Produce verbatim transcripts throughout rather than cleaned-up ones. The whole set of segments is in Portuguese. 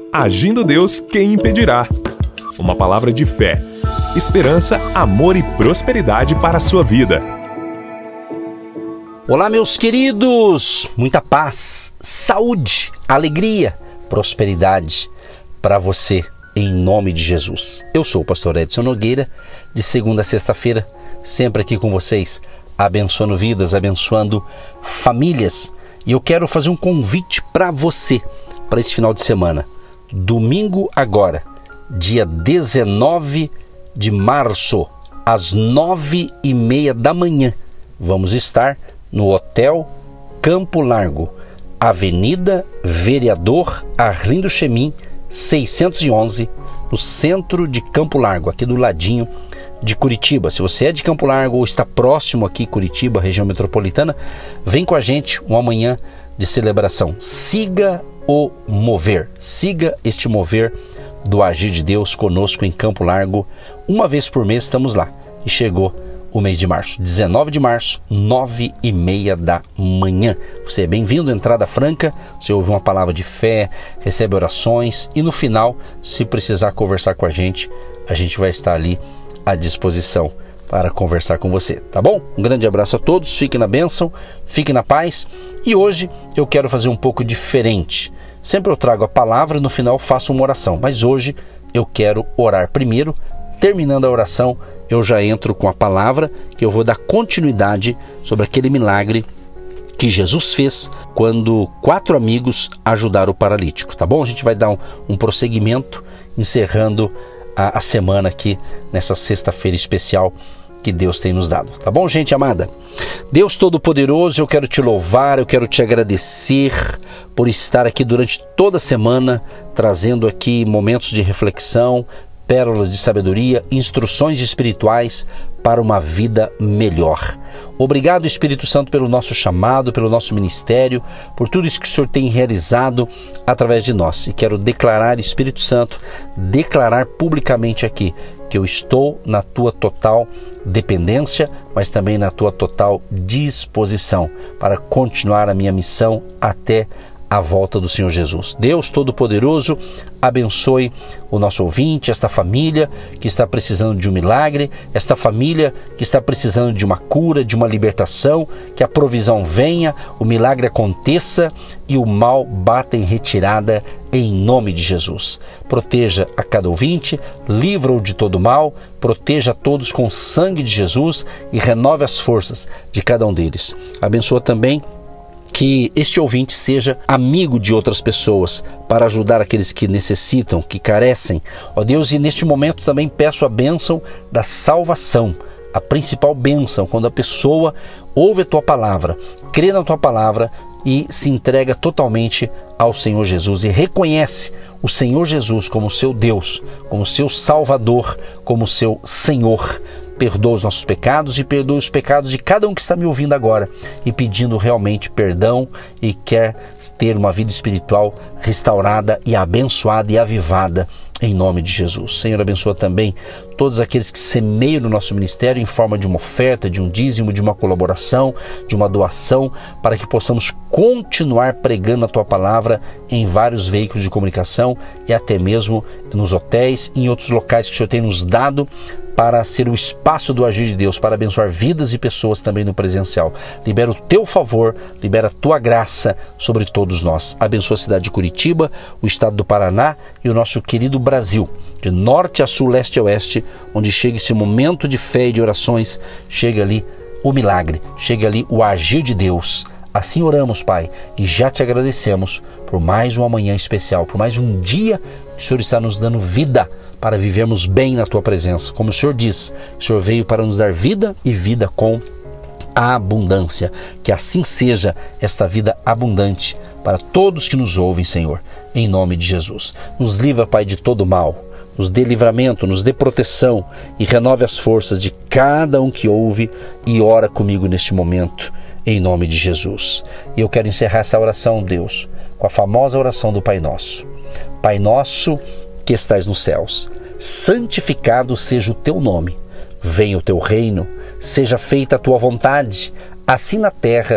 Agindo Deus, quem impedirá? Uma palavra de fé, esperança, amor e prosperidade para a sua vida. Olá, meus queridos! Muita paz, saúde, alegria, prosperidade para você, em nome de Jesus. Eu sou o pastor Edson Nogueira, de segunda a sexta-feira, sempre aqui com vocês, abençoando vidas, abençoando famílias. E eu quero fazer um convite para você, para esse final de semana. Domingo agora, dia dezenove de março, às nove e meia da manhã, vamos estar no Hotel Campo Largo, Avenida Vereador Arlindo Chemin, seiscentos e onze, no centro de Campo Largo, aqui do ladinho de Curitiba. Se você é de Campo Largo ou está próximo aqui, Curitiba, região metropolitana, vem com a gente uma manhã de celebração. Siga o mover, siga este mover do agir de Deus conosco em Campo Largo. Uma vez por mês estamos lá e chegou o mês de março, dezenove de março, nove e meia da manhã. Você é bem-vindo, entrada franca, você ouve uma palavra de fé, recebe orações e no final, se precisar conversar com a gente, a gente vai estar ali à disposição para conversar com você, tá bom? Um grande abraço a todos, fiquem na bênção, fiquem na paz. E hoje eu quero fazer um pouco diferente. Sempre eu trago a palavra e no final faço uma oração, mas hoje eu quero orar primeiro. Terminando a oração, eu já entro com a palavra que eu vou dar continuidade sobre aquele milagre que Jesus fez quando quatro amigos ajudaram o paralítico, tá bom? A gente vai dar um, um prosseguimento, encerrando a, a semana aqui nessa sexta-feira especial que Deus tem nos dado, tá bom, gente amada? Deus Todo-Poderoso, eu quero te louvar, eu quero te agradecer por estar aqui durante toda a semana, trazendo aqui momentos de reflexão, pérolas de sabedoria, instruções espirituais para uma vida melhor. Obrigado, Espírito Santo, pelo nosso chamado, pelo nosso ministério, por tudo isso que o Senhor tem realizado através de nós. E quero declarar, Espírito Santo, declarar publicamente aqui que eu estou na tua total dependência, mas também na tua total disposição para continuar a minha missão até a volta do Senhor Jesus. Deus Todo-Poderoso, abençoe o nosso ouvinte, esta família que está precisando de um milagre, esta família que está precisando de uma cura, de uma libertação, que a provisão venha, o milagre aconteça e o mal bata em retirada em nome de Jesus. Proteja a cada ouvinte, livra-o de todo mal, proteja a todos com o sangue de Jesus e renove as forças de cada um deles. Abençoa também que este ouvinte seja amigo de outras pessoas para ajudar aqueles que necessitam, que carecem. Ó Deus, e neste momento também peço a bênção da salvação, a principal bênção, quando a pessoa ouve a tua palavra, crê na tua palavra e se entrega totalmente ao Senhor Jesus e reconhece o Senhor Jesus como seu Deus, como seu Salvador, como seu Senhor. Perdoa os nossos pecados e perdoa os pecados de cada um que está me ouvindo agora e pedindo realmente perdão e quer ter uma vida espiritual restaurada e abençoada e avivada em nome de Jesus. Senhor, abençoa também todos aqueles que semeiam no nosso ministério em forma de uma oferta, de um dízimo, de uma colaboração, de uma doação, para que possamos continuar pregando a tua palavra em vários veículos de comunicação e até mesmo nos hotéis e em outros locais que o Senhor tem nos dado para ser o espaço do agir de Deus, para abençoar vidas e pessoas também no presencial. Libera o teu favor, libera a tua graça sobre todos nós. Abençoa a cidade de Curitiba, o estado do Paraná e o nosso querido Brasil, de norte a sul, leste a oeste, onde chega esse momento de fé e de orações, chega ali o milagre, chega ali o agir de Deus. Assim oramos, Pai, e já te agradecemos por mais uma manhã especial, por mais um dia que o Senhor está nos dando vida para vivermos bem na tua presença. Como o Senhor diz, o Senhor veio para nos dar vida e vida com abundância. Que assim seja esta vida abundante para todos que nos ouvem, Senhor, em nome de Jesus. Nos livra, Pai, de todo mal, nos dê livramento, nos dê proteção e renove as forças de cada um que ouve e ora comigo neste momento, em nome de Jesus. E eu quero encerrar essa oração, Deus, com a famosa oração do Pai Nosso. Pai nosso que estais nos céus, santificado seja o teu nome. Venha o teu reino, seja feita a tua vontade, assim na terra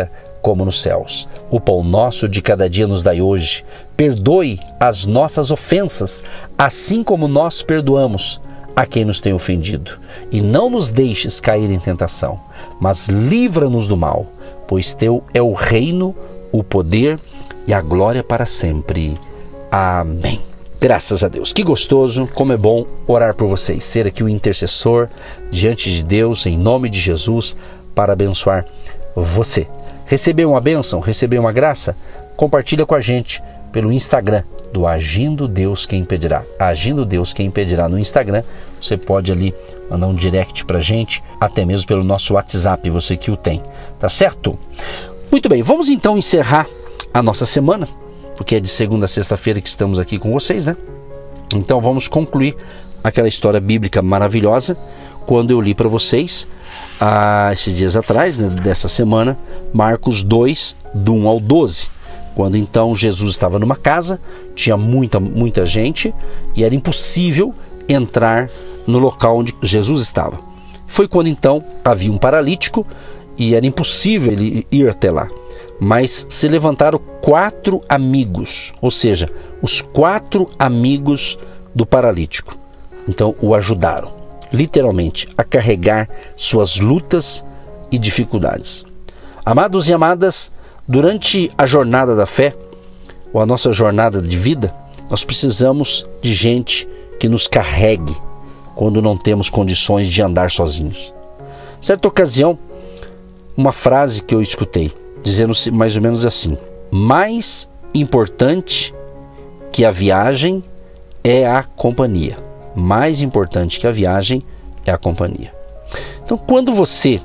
como nos céus. O pão nosso de cada dia nos dai hoje. Perdoe as nossas ofensas, assim como nós perdoamos a quem nos tem ofendido. E não nos deixes cair em tentação, mas livra-nos do mal, pois teu é o reino, o poder e a glória para sempre. Amém. Graças a Deus. Que gostoso, como é bom orar por vocês, ser aqui o intercessor diante de Deus, em nome de Jesus, para abençoar você. Recebeu uma bênção? Recebeu uma graça? Compartilha com a gente pelo Instagram do Agindo Deus Quem Impedirá. Agindo Deus Quem Impedirá no Instagram. Você pode ali mandar um direct pra gente, até mesmo pelo nosso WhatsApp, você que o tem. Tá certo? Muito bem, vamos então encerrar a nossa semana, porque é de segunda a sexta-feira que estamos aqui com vocês, né? Então vamos concluir aquela história bíblica maravilhosa, quando eu li para vocês, há esses dias atrás, né, dessa semana, Marcos dois, do um ao doze. Quando então Jesus estava numa casa, tinha muita, muita gente, e era impossível entrar no local onde Jesus estava. Foi quando então havia um paralítico, e era impossível ele ir até lá. Mas se levantaram quatro amigos, ou seja, os quatro amigos do paralítico. Então o ajudaram, literalmente, a carregar suas lutas e dificuldades. Amados e amadas, durante a jornada da fé, ou a nossa jornada de vida, nós precisamos de gente que nos carregue quando não temos condições de andar sozinhos. Certa ocasião, uma frase que eu escutei, dizendo mais ou menos assim: mais importante que a viagem é a companhia. Mais importante que a viagem é a companhia. Então, quando você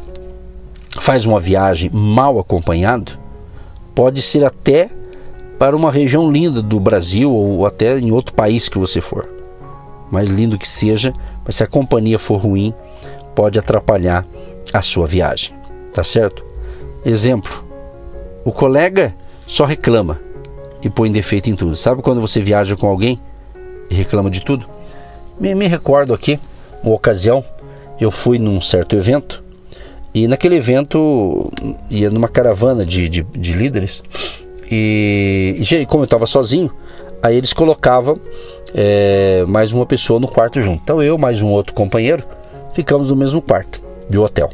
faz uma viagem mal acompanhado, pode ser até para uma região linda do Brasil ou até em outro país que você for. Mais lindo que seja, mas se a companhia for ruim, pode atrapalhar a sua viagem. Tá certo? Exemplo. O colega só reclama e põe defeito em tudo. Sabe quando você viaja com alguém e reclama de tudo? Me, me recordo aqui, uma ocasião, eu fui num certo evento, e naquele evento ia numa caravana de, de, de líderes, e, e como eu estava sozinho, aí eles colocavam é, mais uma pessoa no quarto junto. Então eu, mais um outro companheiro, ficamos no mesmo quarto de hotel.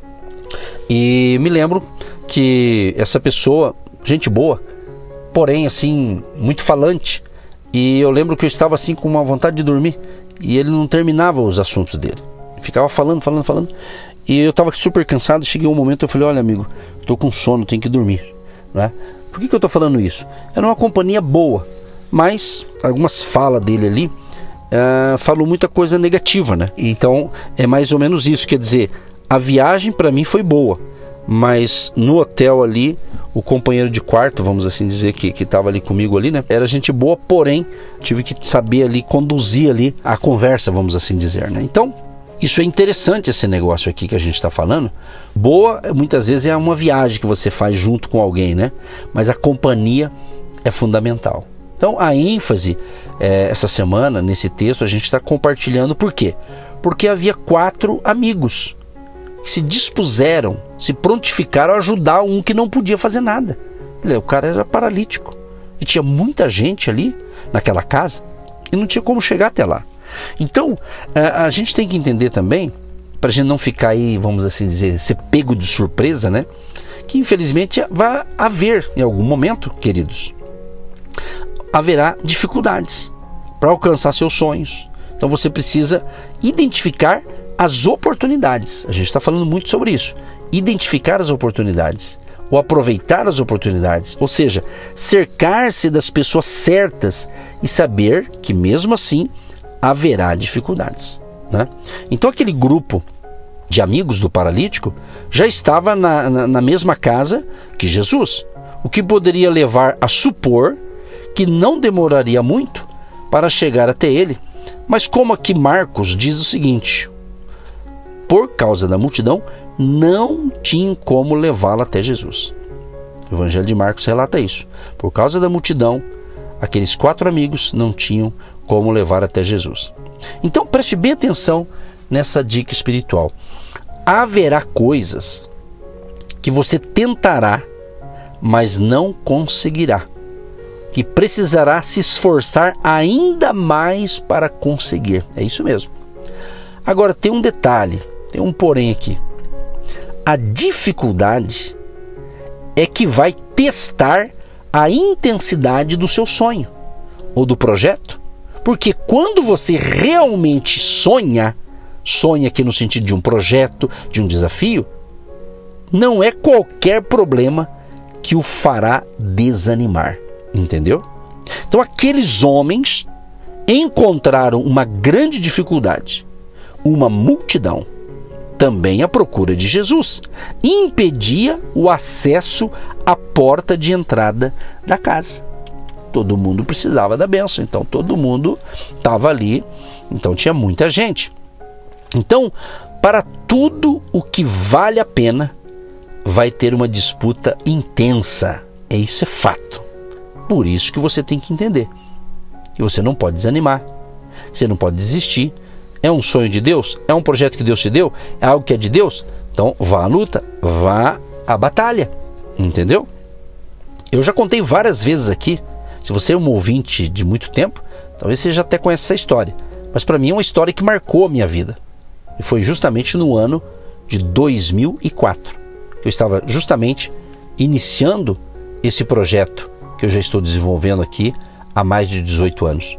E me lembro que essa pessoa, gente boa, porém assim, muito falante, e eu lembro que eu estava assim com uma vontade de dormir, e ele não terminava os assuntos dele, ficava falando, falando, falando, e eu estava super cansado. Cheguei um momento, eu falei: olha amigo, estou com sono, tenho que dormir, né? Por que que eu estou falando isso? Era uma companhia boa, mas algumas falas dele ali uh, falou muita coisa negativa, né? Então é mais ou menos isso, quer dizer, a viagem para mim foi boa, mas no hotel ali, o companheiro de quarto, vamos assim dizer, que que estava ali comigo ali, né, era gente boa, porém tive que saber ali conduzir ali a conversa, vamos assim dizer, né? Então isso é interessante, esse negócio aqui que a gente está falando. Boa, muitas vezes, é uma viagem que você faz junto com alguém, né? Mas a companhia é fundamental. Então a ênfase é, essa semana nesse texto a gente está compartilhando. Por quê? Porque havia quatro amigos que se dispuseram, se prontificaram a ajudar um que não podia fazer nada. O cara era paralítico e tinha muita gente ali naquela casa e não tinha como chegar até lá. Então a, a gente tem que entender também, para a gente não ficar aí, vamos assim dizer, ser pego de surpresa, né? Que infelizmente vai haver em algum momento, queridos, haverá dificuldades para alcançar seus sonhos. Então você precisa identificar as oportunidades. A gente está falando muito sobre isso. Identificar as oportunidades, ou aproveitar as oportunidades, ou seja, cercar-se das pessoas certas e saber que mesmo assim haverá dificuldades, né? Então aquele grupo de amigos do paralítico já estava na, na, na mesma casa que Jesus, o que poderia levar a supor que não demoraria muito para chegar até ele. Mas como aqui Marcos diz o seguinte: por causa da multidão, não tinham como levá-la até Jesus. O Evangelho de Marcos relata isso. Por causa da multidão, aqueles quatro amigos não tinham como levar até Jesus. Então preste bem atenção nessa dica espiritual. Haverá coisas que você tentará mas não conseguirá, que precisará se esforçar ainda mais para conseguir. É isso mesmo. Agora, tem um detalhe, tem um porém aqui. A dificuldade é que vai testar a intensidade do seu sonho ou do projeto. Porque quando você realmente sonha, sonha aqui no sentido de um projeto, de um desafio, não é qualquer problema que o fará desanimar, entendeu? Então aqueles homens encontraram uma grande dificuldade, uma multidão, também à procura de Jesus, impedia o acesso à porta de entrada da casa. Todo mundo precisava da bênção, então todo mundo estava ali, então tinha muita gente. Então, para tudo o que vale a pena, vai ter uma disputa intensa. É isso, é fato. Por isso que você tem que entender que você não pode desanimar, você não pode desistir. É um sonho de Deus? É um projeto que Deus te deu? É algo que é de Deus? Então vá à luta, vá à batalha, entendeu? Eu já contei várias vezes aqui. Se você é um ouvinte de muito tempo, talvez você já até conheça essa história. Mas para mim é uma história que marcou a minha vida. E foi justamente no ano de dois mil e quatro. Eu estava justamente iniciando esse projeto que eu já estou desenvolvendo aqui há mais de dezoito anos.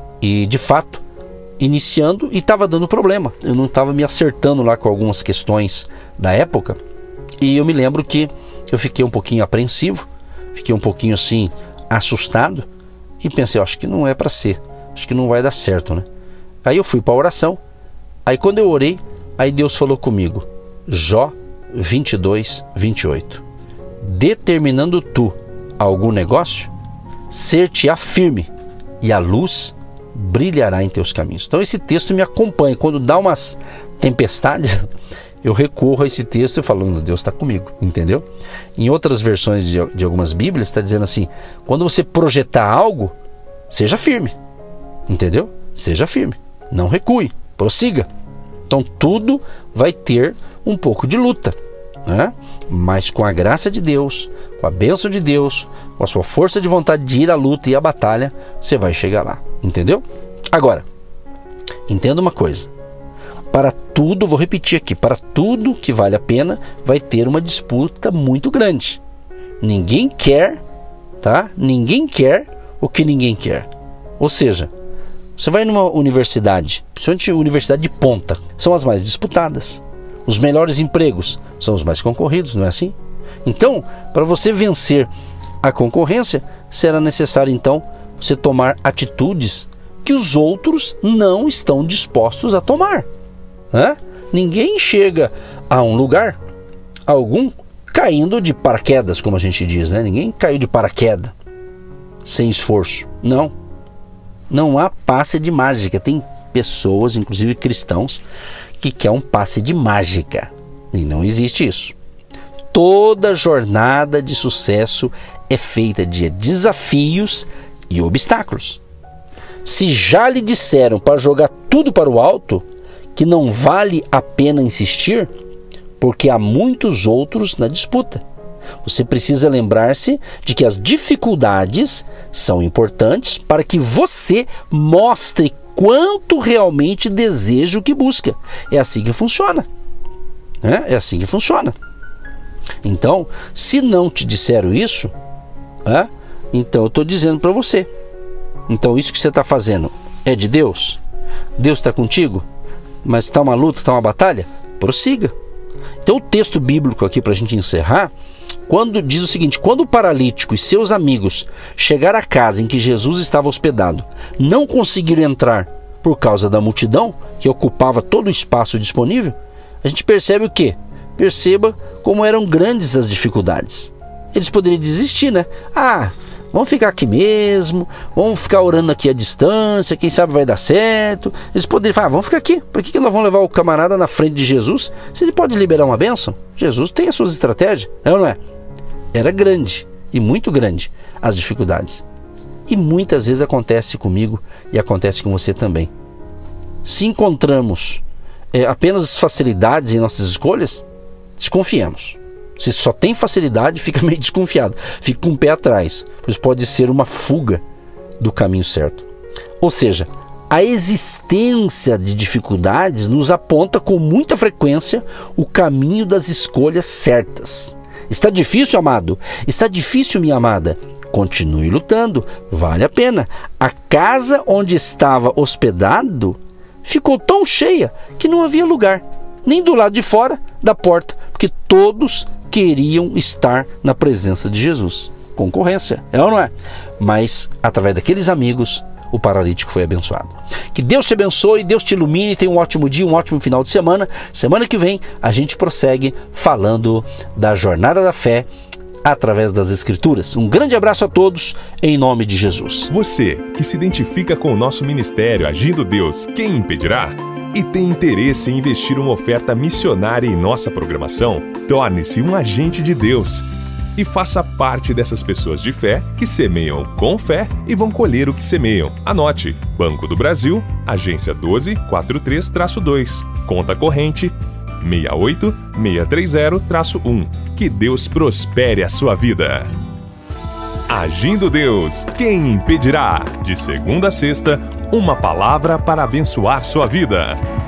E de fato, iniciando e estava dando problema. Eu não estava me acertando lá com algumas questões da época. E eu me lembro que eu fiquei um pouquinho apreensivo, fiquei um pouquinho assim assustado e pensei, acho que não é para ser, acho que não vai dar certo, né? Aí eu fui para a oração. Aí quando eu orei, aí Deus falou comigo, Jó vinte e dois, vinte e oito, determinando tu algum negócio, ser-te-á firme e a luz brilhará em teus caminhos. Então esse texto me acompanha. Quando dá umas tempestades, eu recorro a esse texto e falo, Deus está comigo, entendeu? Em outras versões de, de algumas bíblias está dizendo assim, quando você projetar algo, seja firme, entendeu? Seja firme, não recue, prossiga. Então tudo vai ter um pouco de luta, né? Mas com a graça de Deus, com a bênção de Deus, com a sua força de vontade de ir à luta e à batalha, você vai chegar lá, entendeu? Agora, entenda uma coisa, para tudo, vou repetir aqui, para tudo que vale a pena, vai ter uma disputa muito grande. Ninguém quer, tá? Ninguém quer o que ninguém quer. Ou seja, você vai numa universidade, principalmente universidade de ponta, são as mais disputadas. Os melhores empregos são os mais concorridos, não é assim? Então, para você vencer a concorrência, será necessário então você tomar atitudes que os outros não estão dispostos a tomar. Né? Ninguém chega a um lugar algum caindo de paraquedas, como a gente diz, né? Ninguém caiu de paraquedas sem esforço. Não. Não há passe de mágica. Tem pessoas, inclusive cristãos, que querem um passe de mágica. E não existe isso. Toda jornada de sucesso é feita de desafios e obstáculos. Se já lhe disseram para jogar tudo para o alto, que não vale a pena insistir, porque há muitos outros na disputa. Você precisa lembrar-se de que as dificuldades são importantes para que você mostre quanto realmente deseja o que busca. É assim que funciona. É, é assim que funciona. Então, se não te disseram isso, é, então eu estou dizendo para você. Então isso que você está fazendo é de Deus? Deus está contigo? Mas está uma luta, está uma batalha? Prossiga. Então o texto bíblico aqui para a gente encerrar, quando diz o seguinte, quando o paralítico e seus amigos chegaram à casa em que Jesus estava hospedado, não conseguiram entrar por causa da multidão, que ocupava todo o espaço disponível, a gente percebe o quê? Perceba como eram grandes as dificuldades. Eles poderiam desistir, né? Ah, vamos ficar aqui mesmo, vamos ficar orando aqui à distância, quem sabe vai dar certo. Eles poderiam falar, ah, vamos ficar aqui, por que nós vamos levar o camarada na frente de Jesus? Se ele pode liberar uma bênção, Jesus tem as suas estratégias, é ou não é? Era grande, e muito grande, as dificuldades. E muitas vezes acontece comigo e acontece com você também. Se encontramos é, apenas facilidades em nossas escolhas, desconfiamos. Se só tem facilidade, fica meio desconfiado, fica com o pé atrás, pois pode ser uma fuga do caminho certo. Ou seja, a existência de dificuldades nos aponta com muita frequência o caminho das escolhas certas. Está difícil, amado? Está difícil, minha amada? Continue lutando, vale a pena. A casa onde estava hospedado ficou tão cheia que não havia lugar, nem do lado de fora da porta, porque todos queriam estar na presença de Jesus. Concorrência, é ou não é? Mas, através daqueles amigos, o paralítico foi abençoado. Que Deus te abençoe, Deus te ilumine, tenha um ótimo dia, um ótimo final de semana. Semana que vem a gente prossegue falando da jornada da fé através das Escrituras. Um grande abraço a todos, em nome de Jesus. Você que se identifica com o nosso ministério Agindo Deus, quem impedirá? E tem interesse em investir uma oferta missionária em nossa programação? Torne-se um agente de Deus e faça parte dessas pessoas de fé que semeiam com fé e vão colher o que semeiam. Anote: Banco do Brasil, agência doze quarenta e três dois, conta corrente seis oito seis três zero um. Que Deus prospere a sua vida. Agindo Deus, quem impedirá? De segunda a sexta, uma palavra para abençoar sua vida.